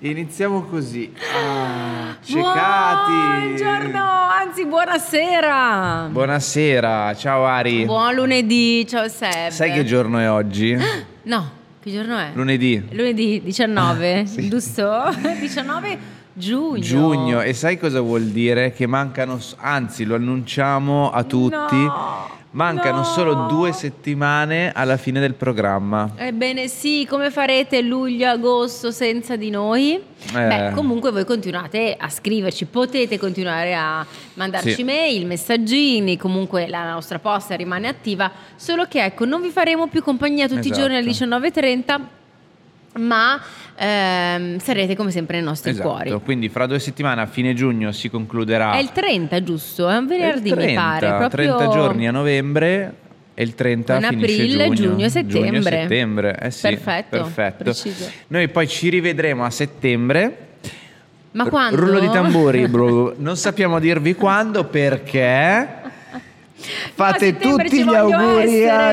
Iniziamo così. Ciecati. Buongiorno, anzi buonasera. Buonasera, ciao Ari. Buon lunedì, ciao Seb. Sai che giorno è oggi? No, che giorno è? Lunedì. Lunedì 19, Sì. giusto? 19 giugno. Giugno. E sai cosa vuol dire? Che mancano, anzi lo annunciamo a tutti, mancano solo 2 settimane alla fine del programma. Ebbene sì, come farete luglio, agosto senza di noi? Beh, comunque voi continuate a scriverci, potete continuare a mandarci mail, messaggini, comunque la nostra posta rimane attiva, solo che ecco, non vi faremo più compagnia tutti i giorni alle 19:30, ma sarete come sempre nei nostri cuori. Quindi fra 2 settimane a fine giugno si concluderà. È il 30, giusto? È un venerdì, 30, mi pare. Proprio 30 giorni a novembre e il 30 in finisce aprile, giugno. giugno, settembre. Settembre. Sì, perfetto. Preciso. Noi poi ci rivedremo a settembre. Ma quando? Rullo di tamburi, bro. Non sappiamo dirvi quando perché fate tutti gli auguri a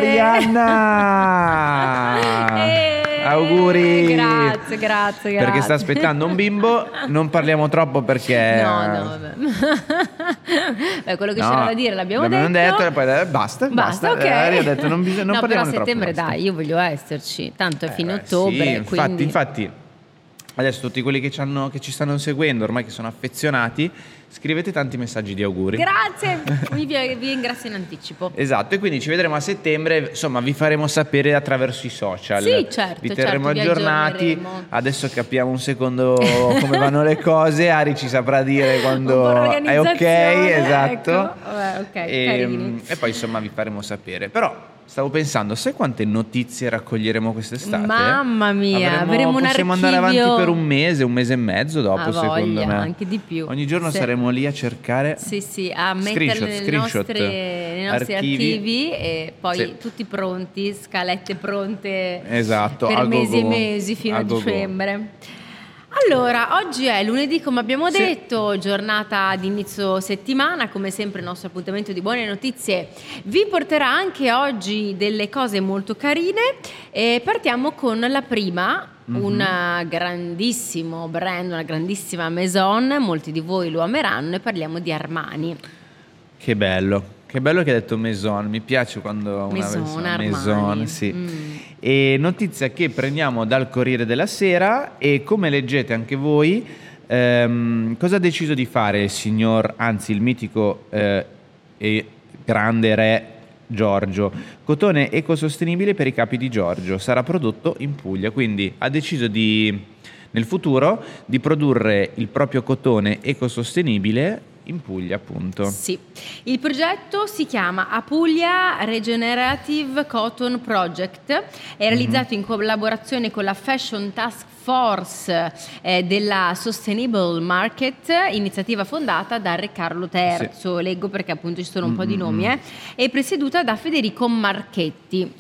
Arianna. Auguri. Grazie. Perché sta aspettando un bimbo. Non parliamo troppo perché No, vabbè. Beh, quello che c'era da dire l'abbiamo detto e poi basta, ok. Ari ha detto non parliamo però a troppo. settembre dai, io voglio esserci, tanto è fine ottobre, sì, quindi infatti adesso tutti quelli che ci stanno seguendo, ormai che sono affezionati, scrivete tanti messaggi di auguri. Grazie, vi ringrazio in anticipo. Esatto, e quindi ci vedremo a settembre, insomma vi faremo sapere attraverso i social. Sì, certo, vi terremo vi aggiornati. aggiorneremo. Adesso capiamo un secondo come vanno le cose, Ari ci saprà dire quando è ok, esatto. Ecco. Vabbè, ok, carini. E poi insomma vi faremo sapere. Però stavo pensando, sai quante notizie raccoglieremo quest'estate? Mamma mia, avremo un possiamo archivio. andare avanti per un mese e mezzo dopo, secondo me. Anche di più. Ogni giorno saremo lì a cercare. Sì, a mettere nei nostri archivi e poi tutti pronti, scalette pronte per mesi e mesi fino a dicembre. Allora, oggi è lunedì, come abbiamo detto, giornata di inizio settimana, come sempre il nostro appuntamento di buone notizie vi porterà anche oggi delle cose molto carine e partiamo con la prima, un grandissimo brand, una grandissima maison, molti di voi lo ameranno e parliamo di Armani. Che bello che hai detto maison, mi piace quando una maison, sì. E notizia che prendiamo dal Corriere della Sera e come leggete anche voi, cosa ha deciso di fare il mitico e grande re Giorgio? Cotone ecosostenibile per i capi di Giorgio, sarà prodotto in Puglia, quindi ha deciso nel futuro di produrre il proprio cotone ecosostenibile in Puglia, appunto. Sì, il progetto si chiama Apulia Regenerative Cotton Project, è realizzato in collaborazione con la Fashion Task Force della Sustainable Market, iniziativa fondata da Re Carlo III, leggo perché appunto ci sono un po' di nomi, e presieduta da Federico Marchetti.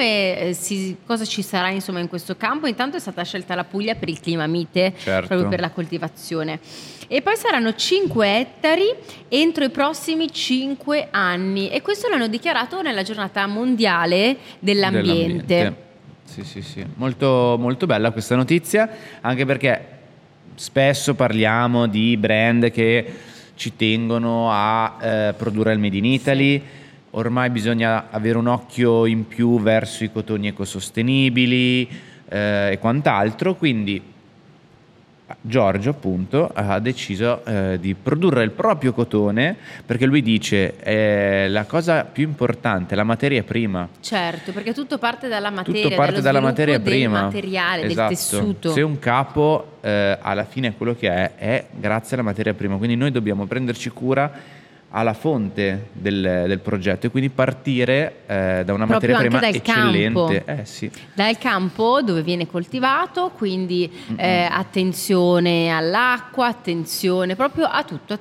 Cosa ci sarà insomma in questo campo? Intanto è stata scelta la Puglia per il clima mite, proprio per la coltivazione, e poi saranno 5 ettari entro i prossimi 5 anni e questo l'hanno dichiarato nella giornata mondiale dell'ambiente. Sì, molto, molto bella questa notizia, anche perché spesso parliamo di brand che ci tengono a produrre il Made in Italy. Ormai bisogna avere un occhio in più verso i cotoni ecosostenibili e quant'altro, quindi Giorgio appunto ha deciso di produrre il proprio cotone perché lui dice la cosa più importante è la materia prima. Certo, perché tutto parte dalla materia, tutto parte dalla materia prima, del materiale, del tessuto. Se un capo alla fine è quello che è grazie alla materia prima, quindi noi dobbiamo prenderci cura alla fonte del progetto e quindi partire da una materia prima eccellente. Dal campo dove viene coltivato, quindi attenzione all'acqua, attenzione proprio a tutto, a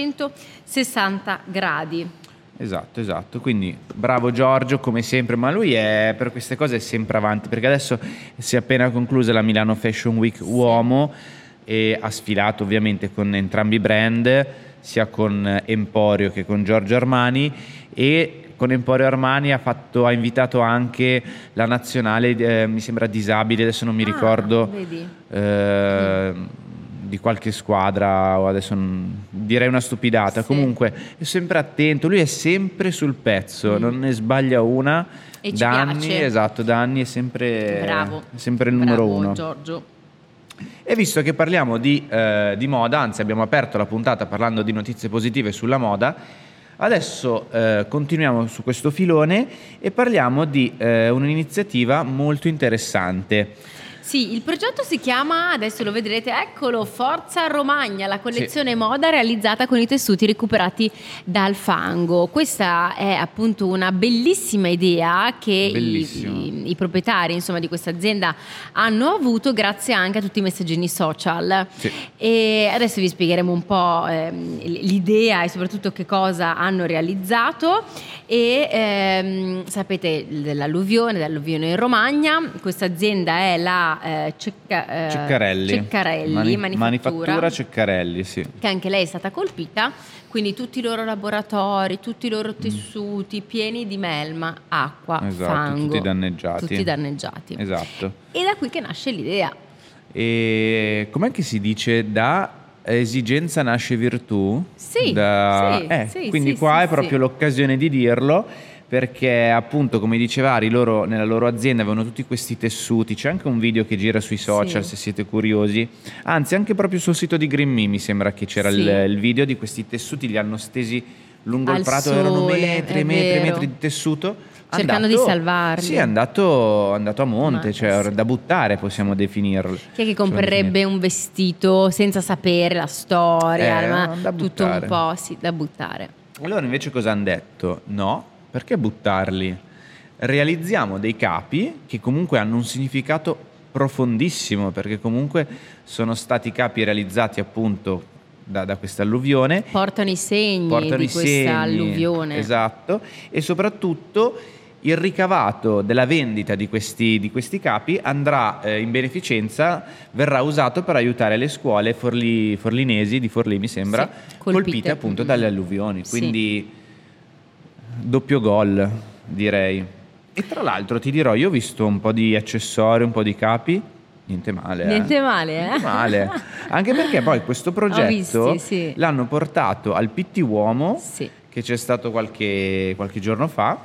360 gradi. Esatto, quindi bravo Giorgio come sempre, ma lui per queste cose è sempre avanti, perché adesso si è appena conclusa la Milano Fashion Week uomo e ha sfilato ovviamente con entrambi i brand, sia con Emporio che con Giorgio Armani, e con Emporio Armani ha invitato anche la nazionale mi sembra disabile, adesso non mi ricordo, di qualche squadra, o adesso direi una stupidata, sì. Comunque è sempre attento, lui è sempre sul pezzo, non ne sbaglia una, e da anni, piace. Esatto, da anni è sempre, bravo. È sempre il numero uno. Giorgio. E visto che parliamo di moda, anzi abbiamo aperto la puntata parlando di notizie positive sulla moda, adesso continuiamo su questo filone e parliamo di un'iniziativa molto interessante. Sì, il progetto si chiama, adesso lo vedrete, eccolo, Forza Romagna, la collezione moda realizzata con i tessuti recuperati dal fango. Questa è appunto una bellissima idea che i proprietari, insomma, di questa azienda hanno avuto grazie anche a tutti i messaggini social. Sì. E adesso vi spiegheremo un po' l'idea e soprattutto che cosa hanno realizzato. E sapete dell'alluvione in Romagna, questa azienda è la Ceccarelli Manifattura Ceccarelli, sì. Che anche lei è stata colpita, quindi tutti i loro laboratori, tutti i loro tessuti pieni di melma, acqua, esatto, fango, tutti danneggiati. Esatto. E da qui che nasce l'idea. E com'è che si dice? Da esigenza nasce virtù? Sì, quindi qua è proprio l'occasione di dirlo, perché appunto, come diceva Ari, loro nella loro azienda avevano tutti questi tessuti. C'è anche un video che gira sui social, se siete curiosi, anzi anche proprio sul sito di Green Me mi sembra che c'era il video di questi tessuti, li hanno stesi lungo il prato, erano metri di tessuto, cercando di salvarli. Sì, è andato a monte, da buttare possiamo definirlo. Chi è che comprerebbe un vestito senza sapere la storia, ma tutto un po' da buttare. Allora invece cosa hanno detto? No, perché buttarli? Realizziamo dei capi che comunque hanno un significato profondissimo, perché comunque sono stati capi realizzati appunto da questa alluvione. Portano i segni di questa alluvione. Esatto, e soprattutto il ricavato della vendita di questi capi andrà in beneficenza, verrà usato per aiutare le scuole forlinesi di Forlì, mi sembra, colpite appunto dalle alluvioni. Quindi doppio gol, direi. E tra l'altro ti dirò, io ho visto un po' di accessori, un po' di capi, niente male. Niente male. Anche perché poi questo progetto l'hanno portato al Pitti Uomo, che c'è stato qualche giorno fa.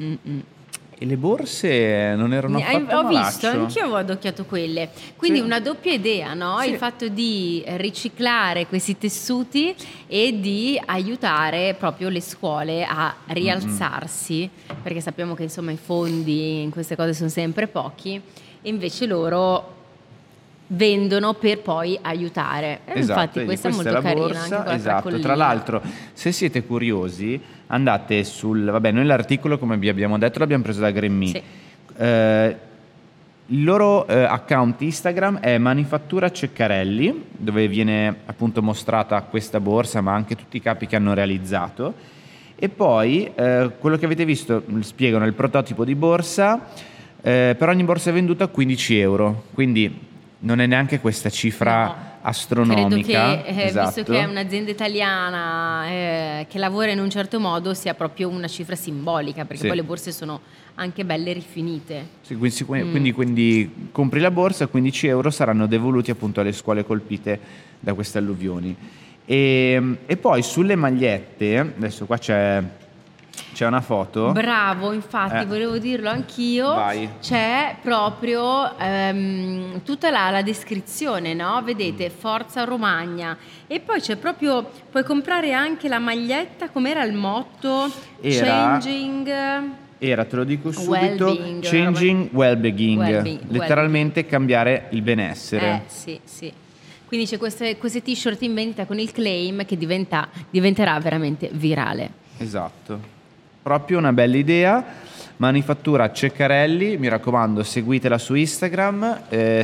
E le borse non erano affatto ho visto, anch'io avevo adocchiato quelle. Quindi una doppia idea, no? Il fatto di riciclare questi tessuti e di aiutare proprio le scuole a rialzarsi, perché sappiamo che insomma i fondi in queste cose sono sempre pochi, e invece loro vendono per poi aiutare. Infatti questa è molto carina, anche tra l'altro, se siete curiosi, andate noi l'articolo, come vi abbiamo detto, l'abbiamo preso da Green Me. Il loro account Instagram è Manifattura Ceccarelli, dove viene appunto mostrata questa borsa, ma anche tutti i capi che hanno realizzato. E poi quello che avete visto, spiegano il prototipo di borsa, per ogni borsa venduta 15 euro, quindi non è neanche questa cifra astronomica. Credo che, visto che è un'azienda italiana che lavora in un certo modo, sia proprio una cifra simbolica, perché poi le borse sono anche belle rifinite. Quindi compri la borsa, 15 euro saranno devoluti appunto alle scuole colpite da queste alluvioni. E poi sulle magliette, adesso qua c'è una foto. Bravo, infatti volevo dirlo anch'io. Vai. C'è proprio tutta la descrizione, no? Vedete, Forza Romagna. E poi c'è proprio, puoi comprare anche la maglietta, com'era il motto? Changing... te lo dico subito, Changing Wellbeing, letteralmente cambiare il benessere. Sì. Quindi c'è queste t-shirt in vendita con il claim che diventerà veramente virale. Esatto. Proprio una bella idea. Manifattura Ceccarelli, mi raccomando, seguitela su Instagram.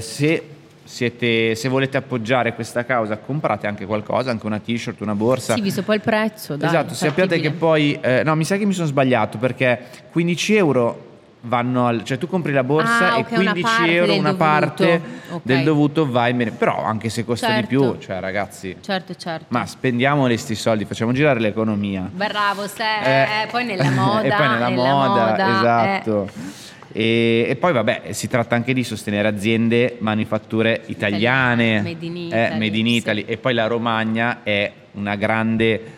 Se volete appoggiare questa causa, comprate anche qualcosa, anche una t-shirt, una borsa. Sì, visto poi il prezzo. Esatto, sappiate che poi mi sa che mi sono sbagliato, perché 15 euro vanno cioè tu compri la borsa e 15 euro una parte del dovuto va in bene, però anche se costa di più, cioè ragazzi, certo, ma spendiamo questi soldi, facciamo girare l'economia. Bravo, poi nella moda e poi nella moda, esatto. E poi vabbè, si tratta anche di sostenere aziende, manifatture italiane, Made in Italy, e poi la Romagna è una grande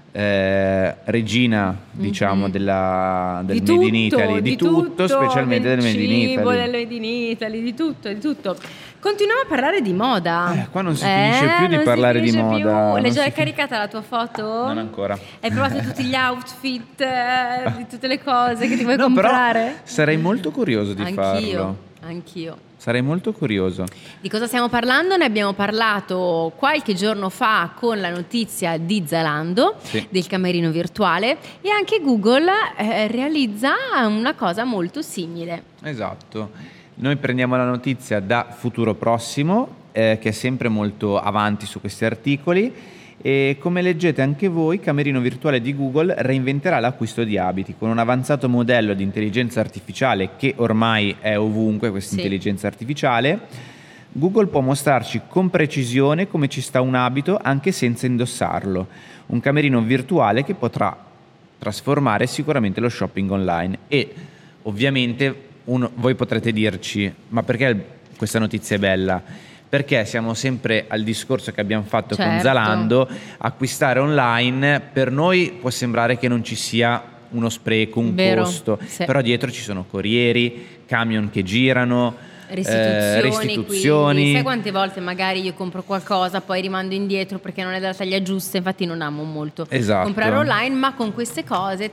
regina, diciamo, del Made in Italy, di tutto, specialmente del Made in Italy. Del Made in Italy, di tutto. Continuiamo a parlare di moda. Qua non si finisce più di parlare di moda. L'hai già caricata la tua foto? Non ancora. Hai provato tutti gli outfit, di tutte le cose che ti vuoi comprare? Però sarei molto curioso di farlo. Anch'io. Sarei molto curioso. Di cosa stiamo parlando? Ne abbiamo parlato qualche giorno fa con la notizia di Zalando, del camerino virtuale, e anche Google realizza una cosa molto simile. Esatto. Noi prendiamo la notizia da Futuro Prossimo, che è sempre molto avanti su questi articoli. E come leggete anche voi, Camerino Virtuale di Google reinventerà l'acquisto di abiti con un avanzato modello di intelligenza artificiale che ormai è ovunque, questa intelligenza artificiale. Google può mostrarci con precisione come ci sta un abito anche senza indossarlo. Un camerino virtuale che potrà trasformare sicuramente lo shopping online. E ovviamente voi potrete dirci, ma perché questa notizia è bella? Perché siamo sempre al discorso che abbiamo fatto con Zalando, acquistare online per noi può sembrare che non ci sia uno spreco, un costo, però dietro ci sono corrieri, camion che girano, restituzioni. Quindi, sai quante volte magari io compro qualcosa, poi rimando indietro perché non è della taglia giusta, infatti non amo molto comprare online, ma con queste cose,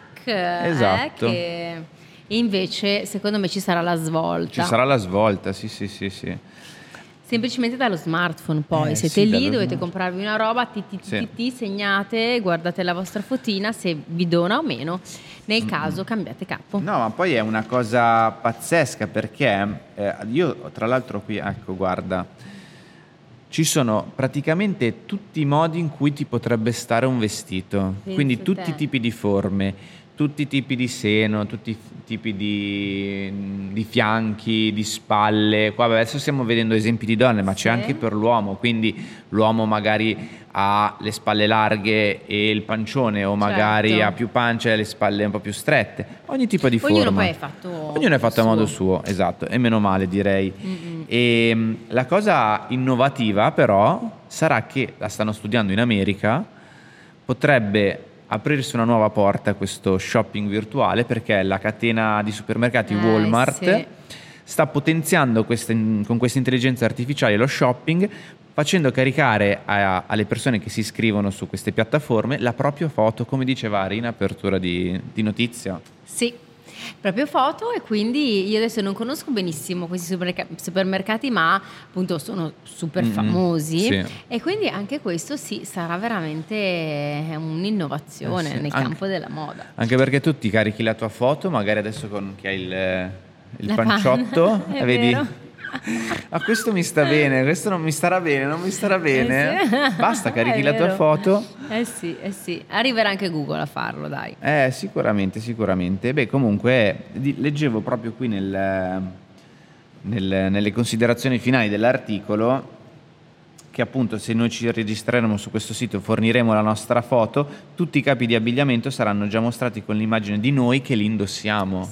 tac, e invece secondo me ci sarà la svolta. Ci sarà la svolta, sì. Semplicemente dallo smartphone, poi siete lì, dovete comprarvi una roba, segnate, guardate la vostra fotina se vi dona o meno, nel caso cambiate capo. No, ma poi è una cosa pazzesca perché io tra l'altro qui, ecco, guarda, ci sono praticamente tutti i modi in cui ti potrebbe stare un vestito, quindi tutti i tipi di forme, tutti i tipi di seno, tutti i tipi di fianchi, di spalle. Qua adesso stiamo vedendo esempi di donne, ma c'è anche per l'uomo, quindi l'uomo magari ha le spalle larghe e il pancione, o magari ha più pancia e le spalle un po' più strette. Ogni tipo di forma. Ognuno è fatto a modo suo, esatto, e meno male, direi. E la cosa innovativa però sarà che la stanno studiando in America, potrebbe aprirsi una nuova porta a questo shopping virtuale, perché la catena di supermercati Walmart sta potenziando con questa intelligenza artificiale lo shopping, facendo caricare alle persone che si iscrivono su queste piattaforme la propria foto, come diceva Ari in apertura di notizia. Sì, proprio foto, e quindi io adesso non conosco benissimo questi supermercati, ma appunto sono super famosi, e quindi anche questo sarà veramente un'innovazione nel campo della moda. Anche perché tu ti carichi la tua foto, magari adesso con chi hai il panciotto, vedi? Vero. Questo mi sta bene, questo non mi starà bene, non mi starà bene. Basta, carichi la tua foto. Sì. Arriverà anche Google a farlo, dai. Sicuramente. Beh, comunque leggevo proprio qui nelle considerazioni finali dell'articolo che appunto se noi ci registreremo su questo sito, forniremo la nostra foto, tutti i capi di abbigliamento saranno già mostrati con l'immagine di noi che li indossiamo.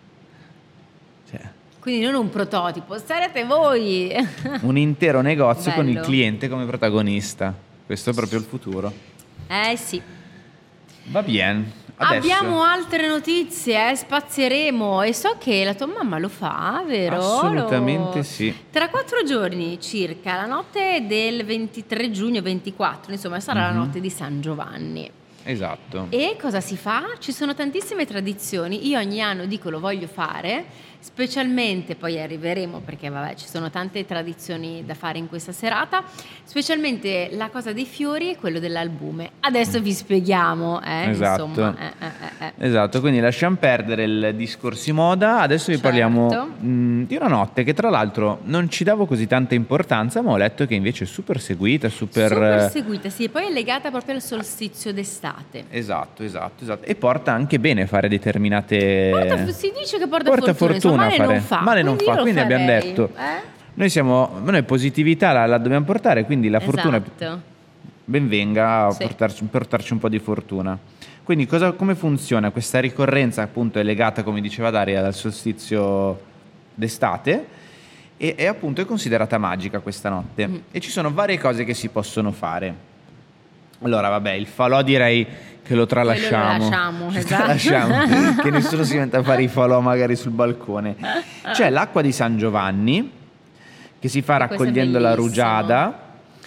Quindi non un prototipo, sarete voi. Un intero negozio con il cliente come protagonista. Questo è proprio il futuro. Sì. Va bene. Adesso abbiamo altre notizie, spazieremo, e so che la tua mamma lo fa, vero? Assolutamente sì. Tra 4 giorni circa, la notte del 23 giugno 24, insomma sarà la notte di San Giovanni. Esatto. E cosa si fa? Ci sono tantissime tradizioni. Io ogni anno dico lo voglio fare, specialmente, poi arriveremo perché ci sono tante tradizioni da fare in questa serata, specialmente la cosa dei fiori e quello dell'albume. Adesso vi spieghiamo, esatto. Insomma. Esatto, quindi lasciamo perdere il discorsi moda, adesso vi parliamo di una notte che tra l'altro non ci davo così tanta importanza, ma ho letto che invece è super seguita, super seguita, sì, e poi è legata proprio al solstizio d'estate. Esatto. E porta anche bene fare determinate... si dice che porta fortuna. Male non fa, quindi abbiamo detto noi positività la dobbiamo portare, quindi la fortuna ben venga a portarci un po' di fortuna. Quindi come funziona? Questa ricorrenza appunto è legata, come diceva Daria, al solstizio d'estate e appunto è considerata magica questa notte. E ci sono varie cose che si possono fare. Allora vabbè, il falò direi che lo tralasciamo, esatto. Che nessuno si metta a fare i falò magari sul balcone. C'è l'acqua di San Giovanni che si fa raccogliendo la rugiada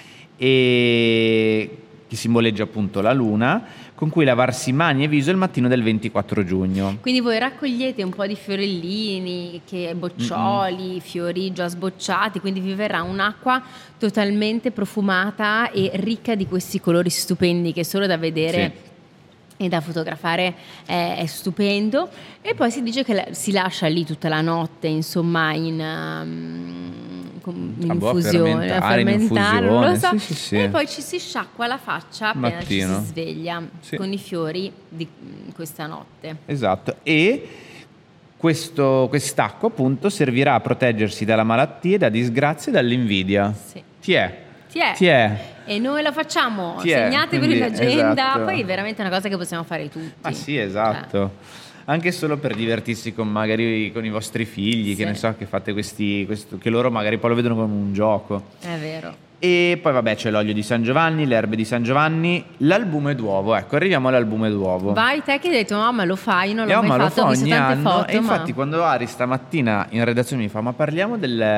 e che simboleggia appunto la luna, con cui lavarsi mani e viso il mattino del 24 giugno. Quindi voi raccogliete un po' di fiorellini, boccioli, fiori già sbocciati, quindi vi verrà un'acqua totalmente profumata e ricca di questi colori stupendi che solo da vedere e da fotografare è stupendo. E poi si dice che si lascia lì tutta la notte, insomma, in infusione, a fermentare, non lo so. Sì. E poi ci si sciacqua la faccia appena ci si sveglia con i fiori di questa notte. Esatto. E quest'acqua appunto servirà a proteggersi dalla malattia, da disgrazie e dall'invidia. Ti è. E noi lo facciamo, segnatevi l'agenda, esatto. Poi è veramente una cosa che possiamo fare tutti. Ma sì, esatto. Anche solo per divertirsi magari con i vostri figli, che ne so, che fate che loro magari poi lo vedono come un gioco. È vero. E poi vabbè c'è l'olio di San Giovanni, le erbe di San Giovanni, l'albume d'uovo. Ecco, arriviamo all'albume d'uovo. Vai te che hai detto mamma lo fai, non l'ho mai fatto, ho visto tante foto. E infatti quando Ari stamattina in redazione mi fa ma parliamo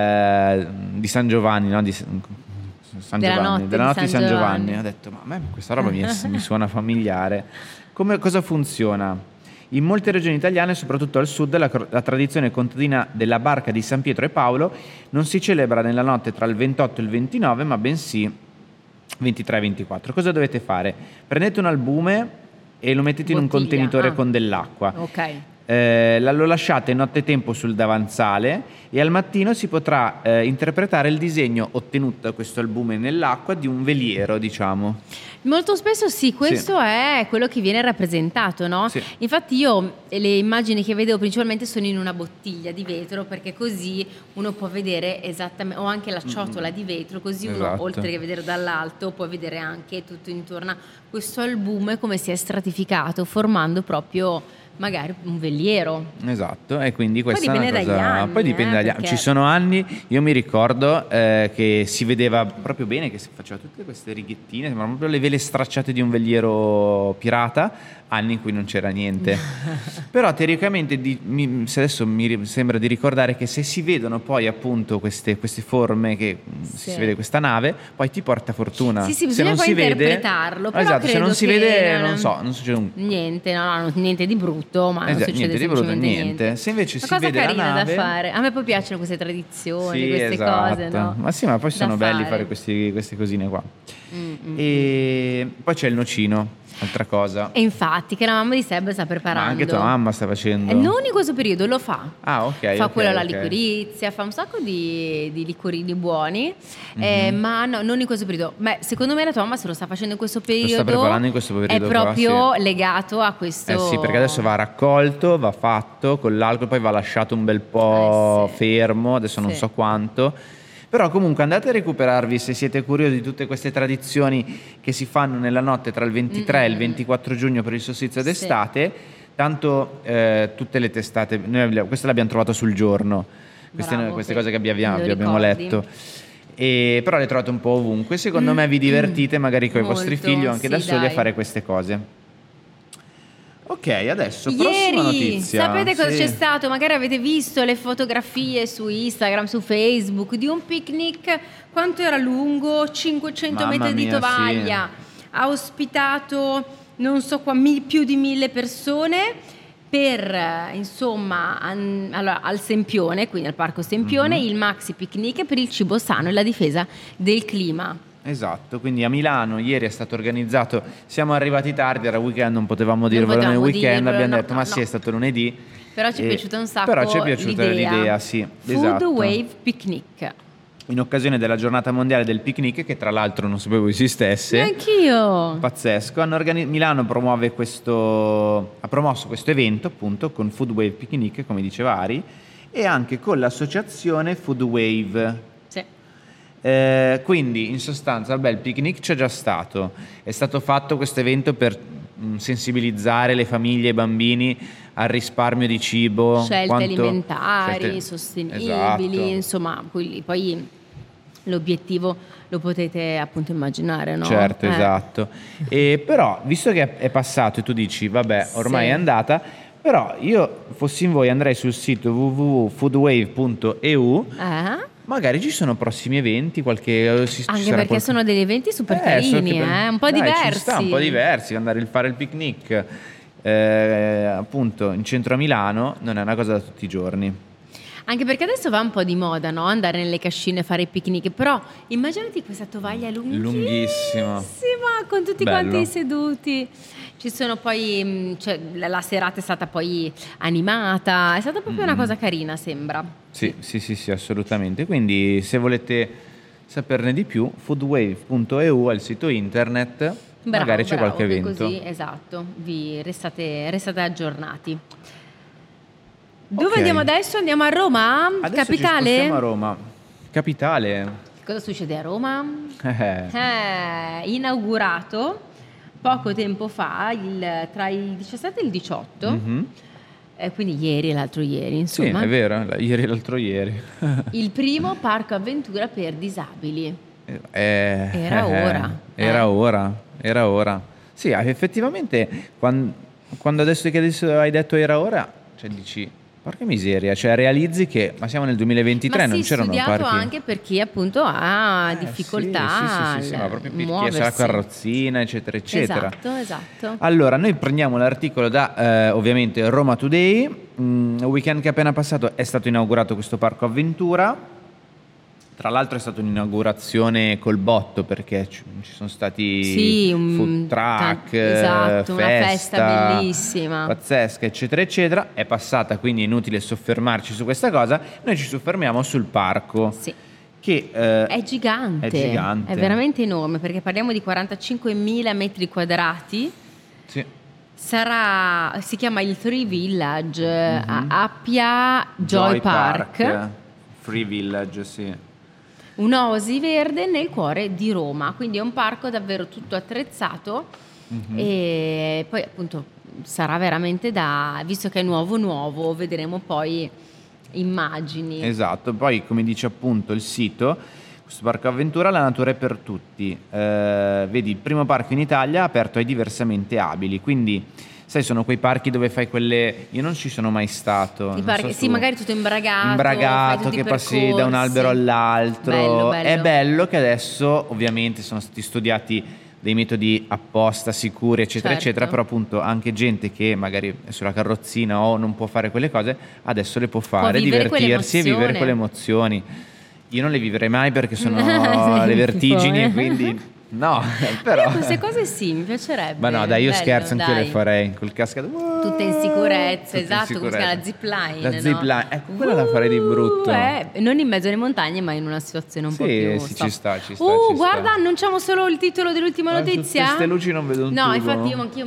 di San Giovanni, no? Della notte di San Giovanni. Ho detto ma a me questa roba mi suona familiare. Cosa funziona? In molte regioni italiane, soprattutto al sud, la tradizione contadina della barca di San Pietro e Paolo non si celebra nella notte tra il 28 e il 29, ma bensì 23 e 24. Cosa dovete fare? Prendete un albume e lo mettete in un contenitore con dell'acqua. Ok. Lo lasciate nottetempo sul davanzale e al mattino si potrà interpretare il disegno ottenuto da questo albume nell'acqua di un veliero, diciamo. Molto spesso questo è quello che viene rappresentato, no? Sì. Infatti io le immagini che vedevo principalmente sono in una bottiglia di vetro, perché così uno può vedere esattamente, o anche la ciotola di vetro, così uno oltre che vedere dall'alto può vedere anche tutto intorno a questo albume come si è stratificato, formando proprio magari un veliero. Esatto, e quindi questa poi dipende è una cosa. Dagli anni, poi dipende dagli anni. Ci sono anni, io mi ricordo che si vedeva proprio bene, che si faceva tutte queste righettine, sembrano proprio le vele stracciate di un veliero pirata, anni in cui non c'era niente. Però teoricamente adesso mi sembra di ricordare che se si vedono poi appunto queste forme, che si vede questa nave, poi ti porta fortuna. Sì, se bisogna non poi si interpretarlo, vede, però se non si vede non succede niente, niente di brutto, ma non succede niente di brutto, niente. Se invece una si cosa vede carina la nave, da fare. A me poi piacciono queste tradizioni, queste cose, no? Ma sì, ma poi sono belli fare queste cosine qua. E poi c'è il nocino, altra cosa. E infatti che la mamma di Seb sta preparando. Ma anche tua mamma sta facendo. Non in questo periodo, lo fa. Ah, ok. Fa quella la liquirizia, fa un sacco di liquorini buoni, ma no, non in questo periodo. Beh, secondo me la tua mamma se lo sta facendo in questo periodo. Lo sta preparando in questo periodo. È proprio legato a questo. Sì, perché adesso va raccolto, va fatto con l'alcol, poi va lasciato un bel po' fermo, adesso non so quanto. Però comunque andate a recuperarvi, se siete curiosi, di tutte queste tradizioni che si fanno nella notte tra il 23 e il 24 giugno per il solstizio d'estate. Tanto tutte le testate, noi questa l'abbiamo trovata sul giorno, queste cose che abbiamo letto. Però le trovate un po' ovunque. Secondo me vi divertite magari con i vostri figli o anche da soli a fare queste cose. Ok, adesso prossima notizia. Sapete cosa c'è stato? Magari avete visto le fotografie su Instagram, su Facebook di un picnic. Quanto era lungo? 500 metri di tovaglia. Ha ospitato non so più di 1000 persone per insomma al Sempione, quindi al Parco Sempione, il Maxi Picnic per il cibo sano e la difesa del clima. Esatto, quindi a Milano ieri è stato organizzato, siamo arrivati tardi, era weekend, non potevamo dirvelo nel weekend, abbiamo detto ma sì, è stato lunedì. Però ci è piaciuta un sacco però ci è piaciuta l'idea, sì. Food Wave Picnic. In occasione della giornata mondiale del picnic, che tra l'altro non sapevo esistesse. Neanch'io. Pazzesco. Milano ha promosso questo evento appunto con Food Wave Picnic, come diceva Ari, e anche con l'associazione Food Wave. Sì. Quindi in sostanza il picnic c'è già stato, è stato fatto questo evento per sensibilizzare le famiglie e i bambini al risparmio di cibo, scelte alimentari sostenibili, esatto. Insomma, poi l'obiettivo lo potete appunto immaginare, no? Certo, esatto. E però, visto che è passato e tu dici, vabbè, ormai è andata, però io, fossi in voi, andrei sul sito www.foodwave.eu. Magari ci sono prossimi eventi, anche perché sono degli eventi super carini, un po' diversi. Ci sta, un po' diversi, andare a fare il picnic appunto in centro a Milano non è una cosa da tutti i giorni. Anche perché adesso va un po' di moda, no? Andare nelle cascine a fare i picnic, però immaginati questa tovaglia lunghissima con tutti quanti seduti. Ci sono poi, la serata è stata poi animata, è stata proprio una cosa carina, sembra. Sì, assolutamente. Quindi se volete saperne di più, foodwave.eu è il sito internet, magari c'è qualche evento. Così, esatto, vi restate aggiornati. Dove andiamo adesso? Andiamo a Roma? Adesso Capitale? Ci spostiamo a Roma. Capitale. Cosa succede a Roma? Inaugurato poco tempo fa, tra il 17 e il 18, quindi ieri e l'altro ieri, insomma. Sì, è vero, ieri e l'altro ieri. Il primo parco avventura per disabili. Era ora. Sì, effettivamente, quando adesso hai detto era ora, cioè dici... Porca miseria, cioè realizzi che ma siamo nel 2023, non c'erano parchi. Ma studiato anche per chi appunto ha difficoltà sì, ma proprio per chi ha la carrozzina, eccetera, eccetera. Esatto. Allora, noi prendiamo l'articolo da ovviamente Roma Today. Weekend che è appena passato è stato inaugurato questo parco avventura. Tra l'altro è stata un'inaugurazione col botto perché ci sono stati food truck, esatto, una festa bellissima, pazzesca, eccetera, eccetera. È passata, quindi è inutile soffermarci su questa cosa. Noi ci soffermiamo sul parco. Sì. Che è gigante, è veramente enorme perché parliamo di 45.000 metri quadrati. Sì. Si chiama il Free Village a Appia Joy Park. Free Village, sì. Un'oasi verde nel cuore di Roma, quindi è un parco davvero tutto attrezzato e poi appunto sarà veramente visto che è nuovo, vedremo poi immagini. Esatto, poi come dice appunto il sito, questo parco avventura la natura è per tutti, vedi il primo parco in Italia aperto ai diversamente abili, quindi sai, sono quei parchi dove fai quelle... Io non ci sono mai stato. I parchi, sì, magari tutto imbragato che passi da un albero all'altro. Bello. È bello che adesso ovviamente sono stati studiati dei metodi apposta sicuri, eccetera, eccetera, però appunto anche gente che magari è sulla carrozzina o non può fare quelle cose, adesso le può fare, divertirsi e vivere quelle emozioni. Io non le vivrei mai perché sono le vertigini e quindi... No, però queste cose sì, mi piacerebbe. Ma no, dai, io scherzo, anch'io le farei col cascato. Tutte in sicurezza, esatto, come si chiama la zipline. La zipline, ecco, quella la farei di brutto. Non in mezzo alle montagne, ma in una situazione un po' più Sì, ci sta. Guarda, annunciamo solo il titolo dell'ultima notizia. Su queste luci non vedo un tubo. No, infatti io anch'io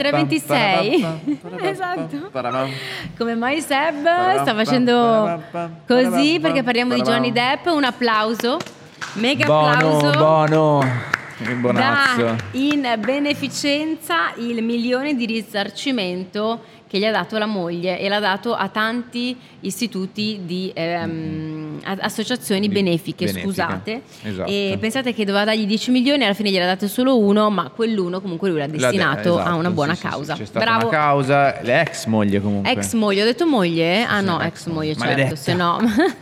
23-26. Esatto. Come mai Seb sta facendo così perché parliamo di Johnny Depp. Un applauso. Mega applauso. Buono. Dà in beneficenza il $1 milione di risarcimento che gli ha dato la moglie e l'ha dato a tanti istituti di associazioni benefiche. Scusate. Esatto. E pensate che doveva dargli 10 milioni, alla fine gliel'ha dato solo uno, ma quell'uno comunque lui l'ha destinato a una buona causa. C'è stata una causa, l'ex moglie comunque. Ex moglie, ho detto moglie? Ah no, ex moglie, certo, se no.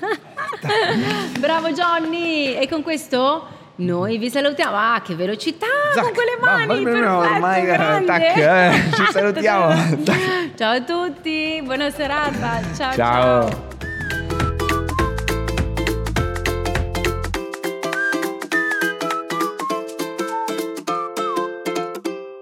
Bravo Johnny! E con questo noi vi salutiamo. Che velocità con quelle mani! Ormai ci salutiamo. Ciao a tutti, buona serata. Ciao.